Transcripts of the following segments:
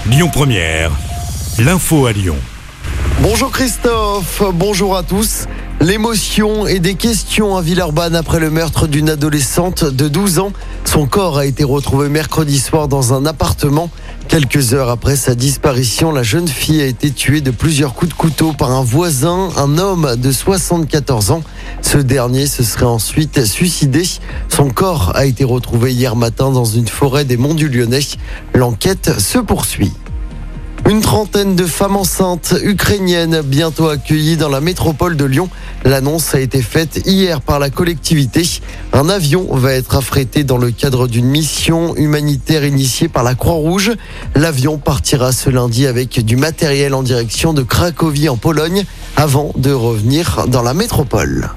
Lyon Première, l'info à Lyon. Bonjour Christophe, bonjour à tous. L'émotion et des questions à Villeurbanne après le meurtre d'une adolescente de 12 ans. Son corps a été retrouvé mercredi soir dans un appartement. Quelques heures après sa disparition, la jeune fille a été tuée de plusieurs coups de couteau par un voisin, un homme de 74 ans. Ce dernier se serait ensuite suicidé. Son corps a été retrouvé hier matin dans une forêt des Monts du Lyonnais. L'enquête se poursuit. Une trentaine de femmes enceintes ukrainiennes bientôt accueillies dans la métropole de Lyon. L'annonce a été faite hier par la collectivité. Un avion va être affrété dans le cadre d'une mission humanitaire initiée par la Croix-Rouge. L'avion partira ce lundi avec du matériel en direction de Cracovie en Pologne avant de revenir dans la métropole.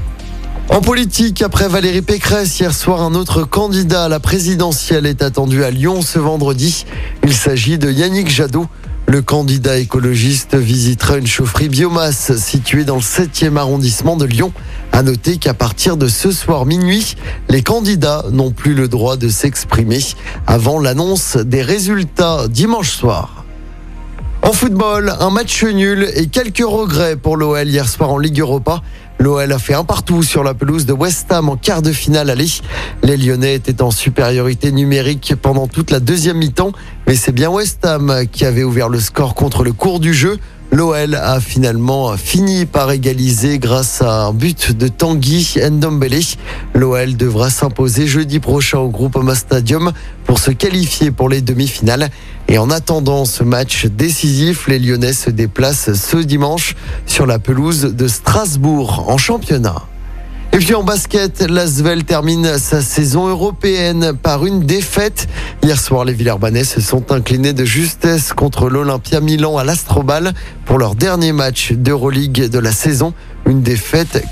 En politique, après Valérie Pécresse, hier soir, un autre candidat à la présidentielle est attendu à Lyon ce vendredi. Il s'agit de Yannick Jadot. Le candidat écologiste visitera une chaufferie biomasse située dans le 7e arrondissement de Lyon. À noter qu'à partir de ce soir minuit, les candidats n'ont plus le droit de s'exprimer avant l'annonce des résultats dimanche soir. En football, un match nul et quelques regrets pour l'OL hier soir en Ligue Europa. L'OL a fait un partout sur la pelouse de West Ham en quart de finale aller. Les Lyonnais étaient en supériorité numérique pendant toute la deuxième mi-temps, mais c'est bien West Ham qui avait ouvert le score contre le cours du jeu. L'OL a finalement fini par égaliser grâce à un but de Tanguy Ndombele. L'OL devra s'imposer jeudi prochain au Groupama Stadium pour se qualifier pour les demi-finales. Et en attendant ce match décisif, les Lyonnais se déplacent ce dimanche sur la pelouse de Strasbourg en championnat. Et puis en basket, l'Asvel termine sa saison européenne par une défaite. Hier soir, les Villeurbanais se sont inclinés de justesse contre l'Olympia Milan à l'Astrobal pour leur dernier match d'Euroleague de la saison. Une défaite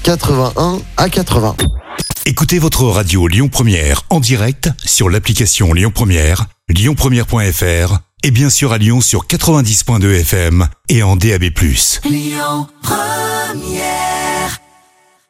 81-80. Écoutez votre radio Lyon Première en direct sur l'application Lyon Première, lyonpremière.fr et bien sûr à Lyon sur 90.2 FM et en DAB+. Lyon Première.